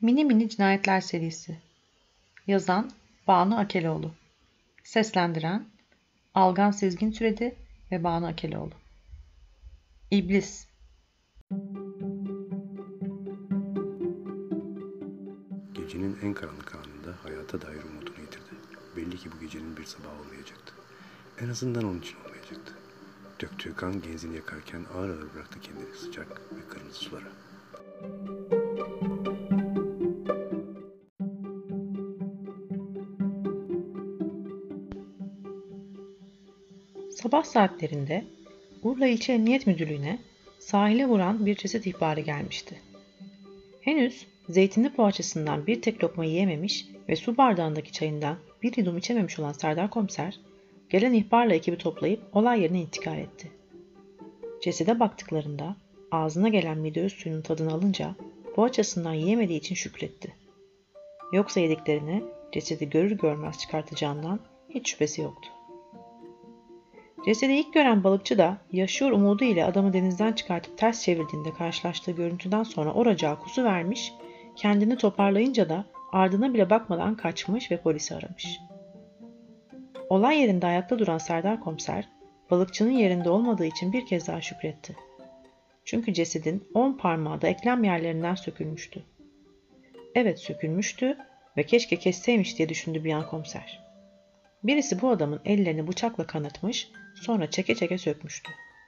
Mini Mini Cinayetler serisi. Yazan Banu Akeloğlu. Seslendiren Algan Sezgin Türedi ve Banu Akeloğlu. İblis. Gecenin en karanlık anında hayata dair umudunu yitirdi. Belli ki bu gecenin bir sabahı olmayacaktı. En azından onun için olmayacaktı. Döktüğü kan genzini yakarken ağır ağır bıraktı kendini sıcak ve kırmızı sulara. Sabah saatlerinde Urla İlçe Emniyet Müdürlüğü'ne sahile vuran bir ceset ihbarı gelmişti. Henüz zeytinli poğaçasından bir tek lokma yiyememiş ve su bardağındaki çayından bir yudum içememiş olan Serdar Komiser, gelen ihbarla ekibi toplayıp olay yerine intikal etti. Cesede baktıklarında ağzına gelen mide suyunun tadını alınca poğaçasından yiyemediği için şükretti. Yoksa yediklerini cesedi görür görmez çıkartacağından hiç şüphesi yoktu. Cesedi ilk gören balıkçı da yaşıyor umudu ile adamı denizden çıkartıp ters çevirdiğinde karşılaştığı görüntüden sonra oracağı kusu vermiş, kendini toparlayınca da ardına bile bakmadan kaçmış ve polisi aramış. Olay yerinde ayakta duran Serdar Komiser, balıkçının yerinde olmadığı için bir kez daha şükretti. Çünkü cesedin 10 parmağı da eklem yerlerinden sökülmüştü. Evet, sökülmüştü ve keşke kesseymiş diye düşündü bir an komiser. Birisi bu adamın ellerini bıçakla kanatmış, sonra çeke çeke sökmüştü.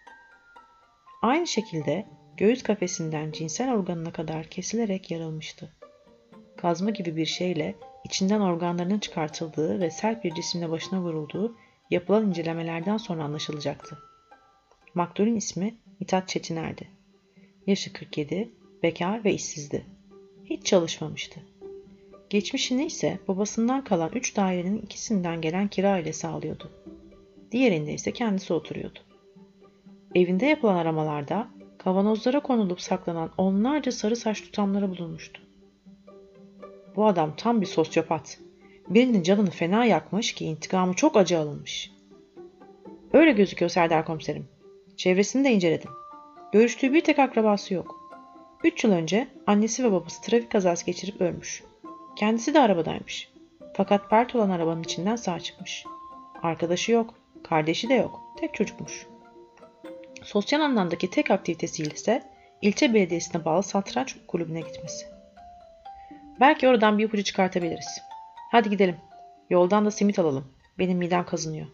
Aynı şekilde göğüs kafesinden cinsel organına kadar kesilerek yarılmıştı. Kazma gibi bir şeyle içinden organlarının çıkartıldığı ve sert bir cisimle başına vurulduğu yapılan incelemelerden sonra anlaşılacaktı. Maktulün ismi Mithat Çetiner'di. Yaşı 47, bekar ve işsizdi. Hiç çalışmamıştı. Geçmişini ise babasından kalan 3 dairenin ikisinden gelen kira ile sağlıyordu. Diğerinde ise kendisi oturuyordu. Evinde yapılan aramalarda kavanozlara konulup saklanan onlarca sarı saç tutamları bulunmuştu. Bu adam tam bir sosyopat. Birinin canını fena yakmış ki intikamı çok acı alınmış. Öyle gözüküyor Serdar Komiserim. Çevresini de inceledim. Görüştüğü bir tek akrabası yok. 3 yıl önce annesi ve babası trafik kazası geçirip ölmüş. Kendisi de arabadaymış. Fakat pert olan arabanın içinden sağ çıkmış. Arkadaşı yok, kardeşi de yok. Tek çocukmuş. Sosyal anlamdaki tek aktivitesi ise ilçe belediyesine bağlı satranç kulübüne gitmesi. Belki oradan bir ipucu çıkartabiliriz. Hadi gidelim. Yoldan da simit alalım. Benim midem kazınıyor.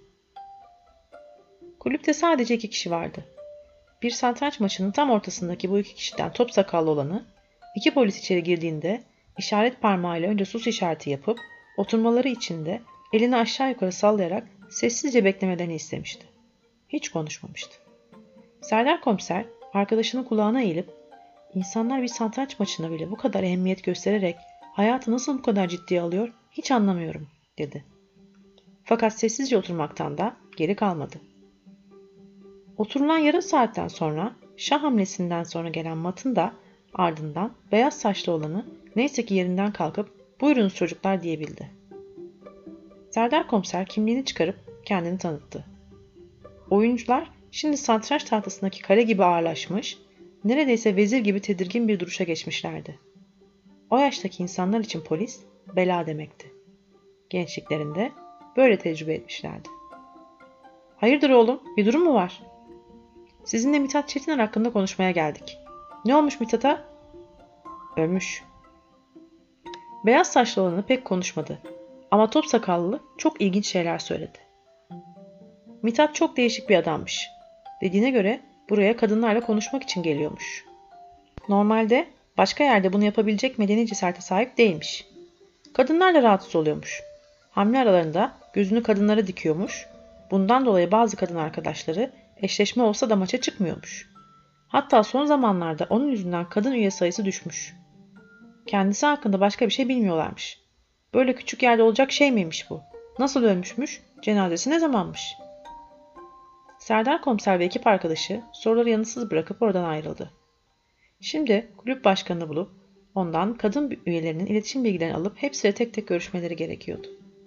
Kulüpte sadece 2 kişi vardı. Bir satranç maçının tam ortasındaki bu 2 kişiden top sakallı olanı, 2 polis içeri girdiğinde işaret parmağıyla önce sus işareti yapıp oturmaları için de elini aşağı yukarı sallayarak sessizce beklemelerini istemişti. Hiç konuşmamıştı. Serdar Komiser arkadaşının kulağına eğilip "İnsanlar bir satranç maçına bile bu kadar ehemmiyet göstererek hayatı nasıl bu kadar ciddiye alıyor hiç anlamıyorum," dedi. Fakat sessizce oturmaktan da geri kalmadı. Oturulan yarım saatten sonra şah hamlesinden sonra gelen matın da ardından beyaz saçlı olanı neyse ki yerinden kalkıp "Buyurunuz çocuklar," diyebildi. Serdar Komiser kimliğini çıkarıp kendini tanıttı. Oyuncular şimdi satranç tahtasındaki kale gibi ağırlaşmış, neredeyse vezir gibi tedirgin bir duruşa geçmişlerdi. O yaştaki insanlar için polis bela demekti. Gençliklerinde böyle tecrübe etmişlerdi. "Hayırdır oğlum, bir durum mu var?" "Sizinle Mithat Çetiner hakkında konuşmaya geldik." "Ne olmuş Mithat'a?" "Ölmüş." Beyaz saçlı olanı pek konuşmadı ama top sakallı çok ilginç şeyler söyledi. Mithat çok değişik bir adammış. Dediğine göre buraya kadınlarla konuşmak için geliyormuş. Normalde başka yerde bunu yapabilecek medeni cesarete sahip değilmiş. Kadınlarla rahatsız oluyormuş. Hamle aralarında gözünü kadınlara dikiyormuş. Bundan dolayı bazı kadın arkadaşları eşleşme olsa da maça çıkmıyormuş. Hatta son zamanlarda onun yüzünden kadın üye sayısı düşmüş. Kendisi hakkında başka bir şey bilmiyorlarmış. Böyle küçük yerde olacak şey miymiş bu? Nasıl ölmüşmüş? Cenazesi ne zamanmış? Serdar Komiser ve ekip arkadaşı soruları yanıtsız bırakıp oradan ayrıldı. Şimdi kulüp başkanını bulup ondan kadın üyelerinin iletişim bilgilerini alıp hepsiyle tek tek görüşmeleri gerekiyordu.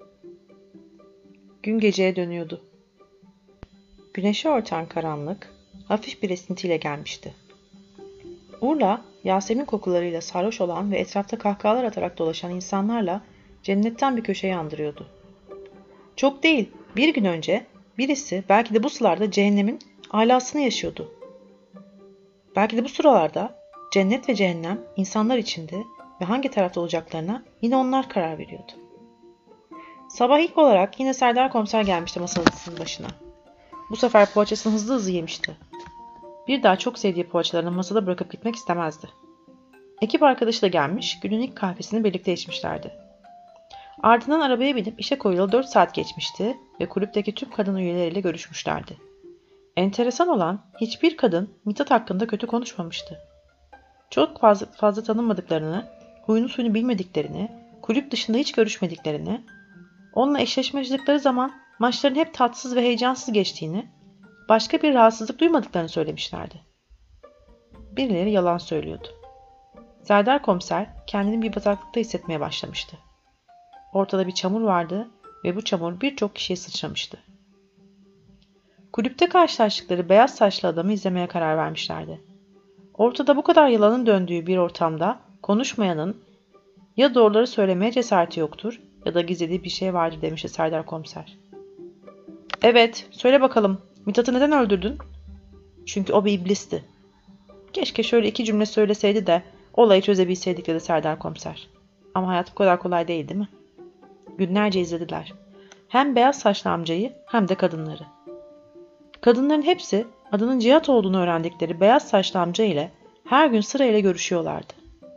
Gün geceye dönüyordu. Güneşi örten karanlık hafif bir esintiyle gelmişti. Urla, Yasemin kokularıyla sarhoş olan ve etrafta kahkahalar atarak dolaşan insanlarla cennetten bir köşeyi andırıyordu. Çok değil, bir gün önce birisi belki de bu sularda cehennemin alasını yaşıyordu. Belki de bu sıralarda cennet ve cehennem insanlar içinde ve hangi tarafta olacaklarına yine onlar karar veriyordu. Sabah ilk olarak yine Serdar Komiser gelmişti masanın başına. Bu sefer poğaçasını hızlı hızlı yemişti. Bir daha çok sevdiği poğaçalarını masada bırakıp gitmek istemezdi. Ekip arkadaşı da gelmiş, günün ilk kahvesini birlikte içmişlerdi. Ardından arabaya binip işe koyulalı 4 saat geçmişti ve kulüpteki tüm kadın üyeleriyle görüşmüşlerdi. Enteresan olan hiçbir kadın Mithat hakkında kötü konuşmamıştı. Çok fazla tanımadıklarını, huyunu suyunu bilmediklerini, kulüp dışında hiç görüşmediklerini, onunla eşleşmedikleri zaman maçların hep tatsız ve heyecansız geçtiğini, başka bir rahatsızlık duymadıklarını söylemişlerdi. Birileri yalan söylüyordu. Serdar Komiser kendini bir bataklıkta hissetmeye başlamıştı. Ortada bir çamur vardı ve bu çamur birçok kişiye sıçramıştı. Kulüpte karşılaştıkları beyaz saçlı adamı izlemeye karar vermişlerdi. Ortada bu kadar yalanın döndüğü bir ortamda konuşmayanın ya doğruları söylemeye cesareti yoktur ya da gizlediği bir şey vardır demişti Serdar Komiser. Evet, söyle bakalım, Mithat'ı neden öldürdün? Çünkü o bir iblisti. Keşke şöyle 2 cümle söyleseydi de olayı çözebilseydik dedi Serdar Komiser. Ama hayat bu kadar kolay değil, değil mi? Günlerce izlediler. Hem beyaz saçlı amcayı hem de kadınları. Kadınların hepsi adının Cihat olduğunu öğrendikleri beyaz saçlı amca ile her gün sırayla görüşüyorlardı.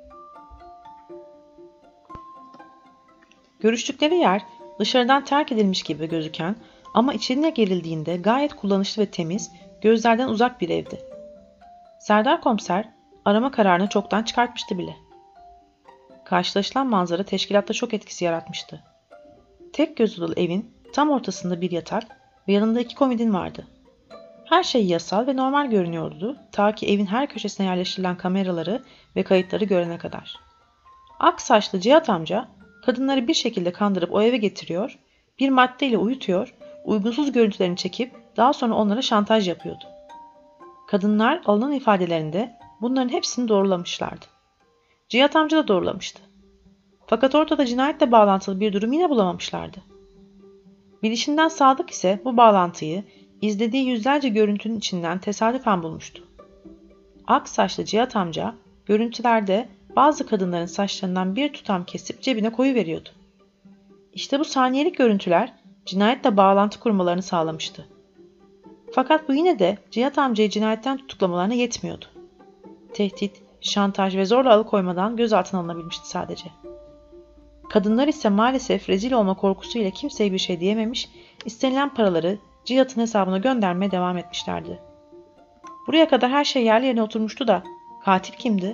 Görüştükleri yer dışarıdan terk edilmiş gibi gözüken ama içine girildiğinde gayet kullanışlı ve temiz, gözlerden uzak bir evdi. Serdar Komiser arama kararını çoktan çıkartmıştı bile. Karşılaşılan manzara teşkilatta şok etkisi yaratmıştı. Tek göz odalı evin tam ortasında bir yatak ve yanında 2 komodin vardı. Her şey yasal ve normal görünüyordu ta ki evin her köşesine yerleştirilen kameraları ve kayıtları görene kadar. Ak saçlı Cihat amca kadınları bir şekilde kandırıp o eve getiriyor, bir maddeyle uyutuyor, uygunsuz görüntülerini çekip daha sonra onlara şantaj yapıyordu. Kadınlar alınan ifadelerinde bunların hepsini doğrulamışlardı. Cihat amca da doğrulamıştı. Fakat ortada cinayetle bağlantılı bir durum yine bulamamışlardı. Bilişinden Sadık ise bu bağlantıyı izlediği yüzlerce görüntünün içinden tesadüfen bulmuştu. Ak saçlı Cihat amca görüntülerde bazı kadınların saçlarından bir tutam kesip cebine koyuveriyordu. İşte bu saniyelik görüntüler cinayetle bağlantı kurmalarını sağlamıştı. Fakat bu yine de Cihat amcayı cinayetten tutuklamalarına yetmiyordu. Tehdit, şantaj ve zorla alıkoymadan gözaltına alınabilmişti sadece. Kadınlar ise maalesef rezil olma korkusuyla kimseye bir şey diyememiş, istenilen paraları Cihat'ın hesabına göndermeye devam etmişlerdi. Buraya kadar her şey yerli yerine oturmuştu da katil kimdi?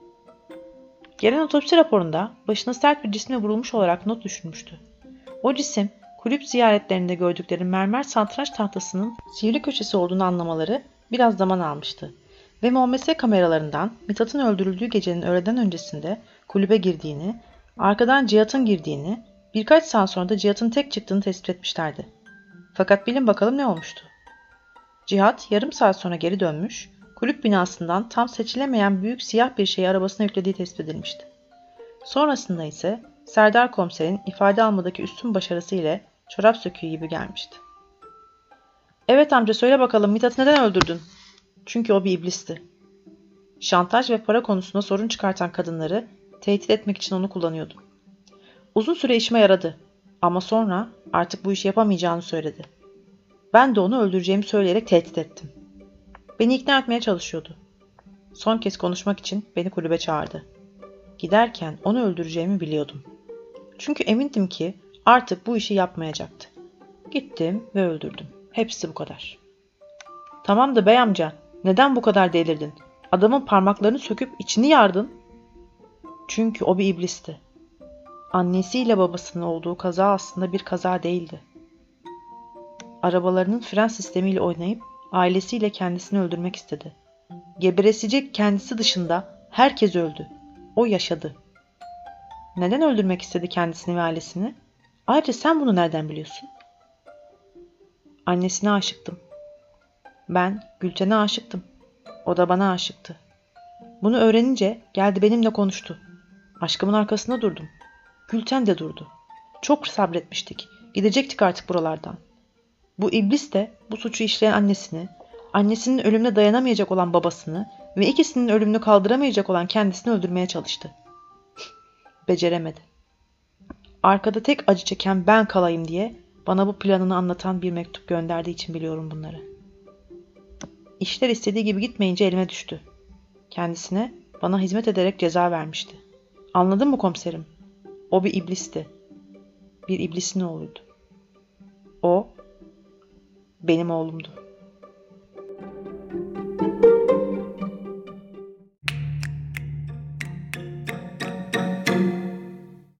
Gelen otopsi raporunda başına sert bir cisme vurulmuş olarak not düşülmüştü. O cisim kulüp ziyaretlerinde gördükleri mermer satranç tahtasının sivri köşesi olduğunu anlamaları biraz zaman almıştı. Ve MOMS kameralarından Mithat'ın öldürüldüğü gecenin öğleden öncesinde kulübe girdiğini, arkadan Cihat'ın girdiğini, birkaç saat sonra da Cihat'ın tek çıktığını tespit etmişlerdi. Fakat bilin bakalım ne olmuştu. Cihat yarım saat sonra geri dönmüş, kulüp binasından tam seçilemeyen büyük siyah bir şeyi arabasına yüklediği tespit edilmişti. Sonrasında ise Serdar Komiser'in ifade almadaki üstün başarısı ile çorap söküğü gibi gelmişti. Evet amca söyle bakalım Mithat'ı neden öldürdün? Çünkü o bir iblisti. Şantaj ve para konusunda sorun çıkartan kadınları tehdit etmek için onu kullanıyordu. Uzun süre işime yaradı ama sonra artık bu işi yapamayacağını söyledi. Ben de onu öldüreceğimi söyleyerek tehdit ettim. Beni ikna etmeye çalışıyordu. Son kez konuşmak için beni kulübe çağırdı. Giderken onu öldüreceğimi biliyordum. Çünkü emindim ki artık bu işi yapmayacaktı. Gittim ve öldürdüm. Hepsi bu kadar. Tamam da bey amca, neden bu kadar delirdin? Adamın parmaklarını söküp içini yardın. Çünkü o bir iblisti. Annesiyle babasının olduğu kaza aslında bir kaza değildi. Arabalarının fren sistemiyle oynayıp ailesiyle kendisini öldürmek istedi. Geberesicek kendisi dışında herkes öldü. O yaşadı. Neden öldürmek istedi kendisini ve ailesini? Ayrıca sen bunu nereden biliyorsun? Annesine aşıktım. Ben Gülten'e aşıktım. O da bana aşıktı. Bunu öğrenince geldi benimle konuştu. Aşkımın arkasında durdum. Gülten de durdu. Çok sabretmiştik. Gidecektik artık buralardan. Bu iblis de bu suçu işleyen annesini, annesinin ölümüne dayanamayacak olan babasını ve ikisinin ölümünü kaldıramayacak olan kendisini öldürmeye çalıştı. Beceremedi. Arkada tek acı çeken ben kalayım diye bana bu planını anlatan bir mektup gönderdiği için biliyorum bunları. İşler istediği gibi gitmeyince elime düştü. Kendisine bana hizmet ederek ceza vermişti. Anladın mı komiserim? O bir iblisti. Bir iblisin oğluydu. O benim oğlumdu.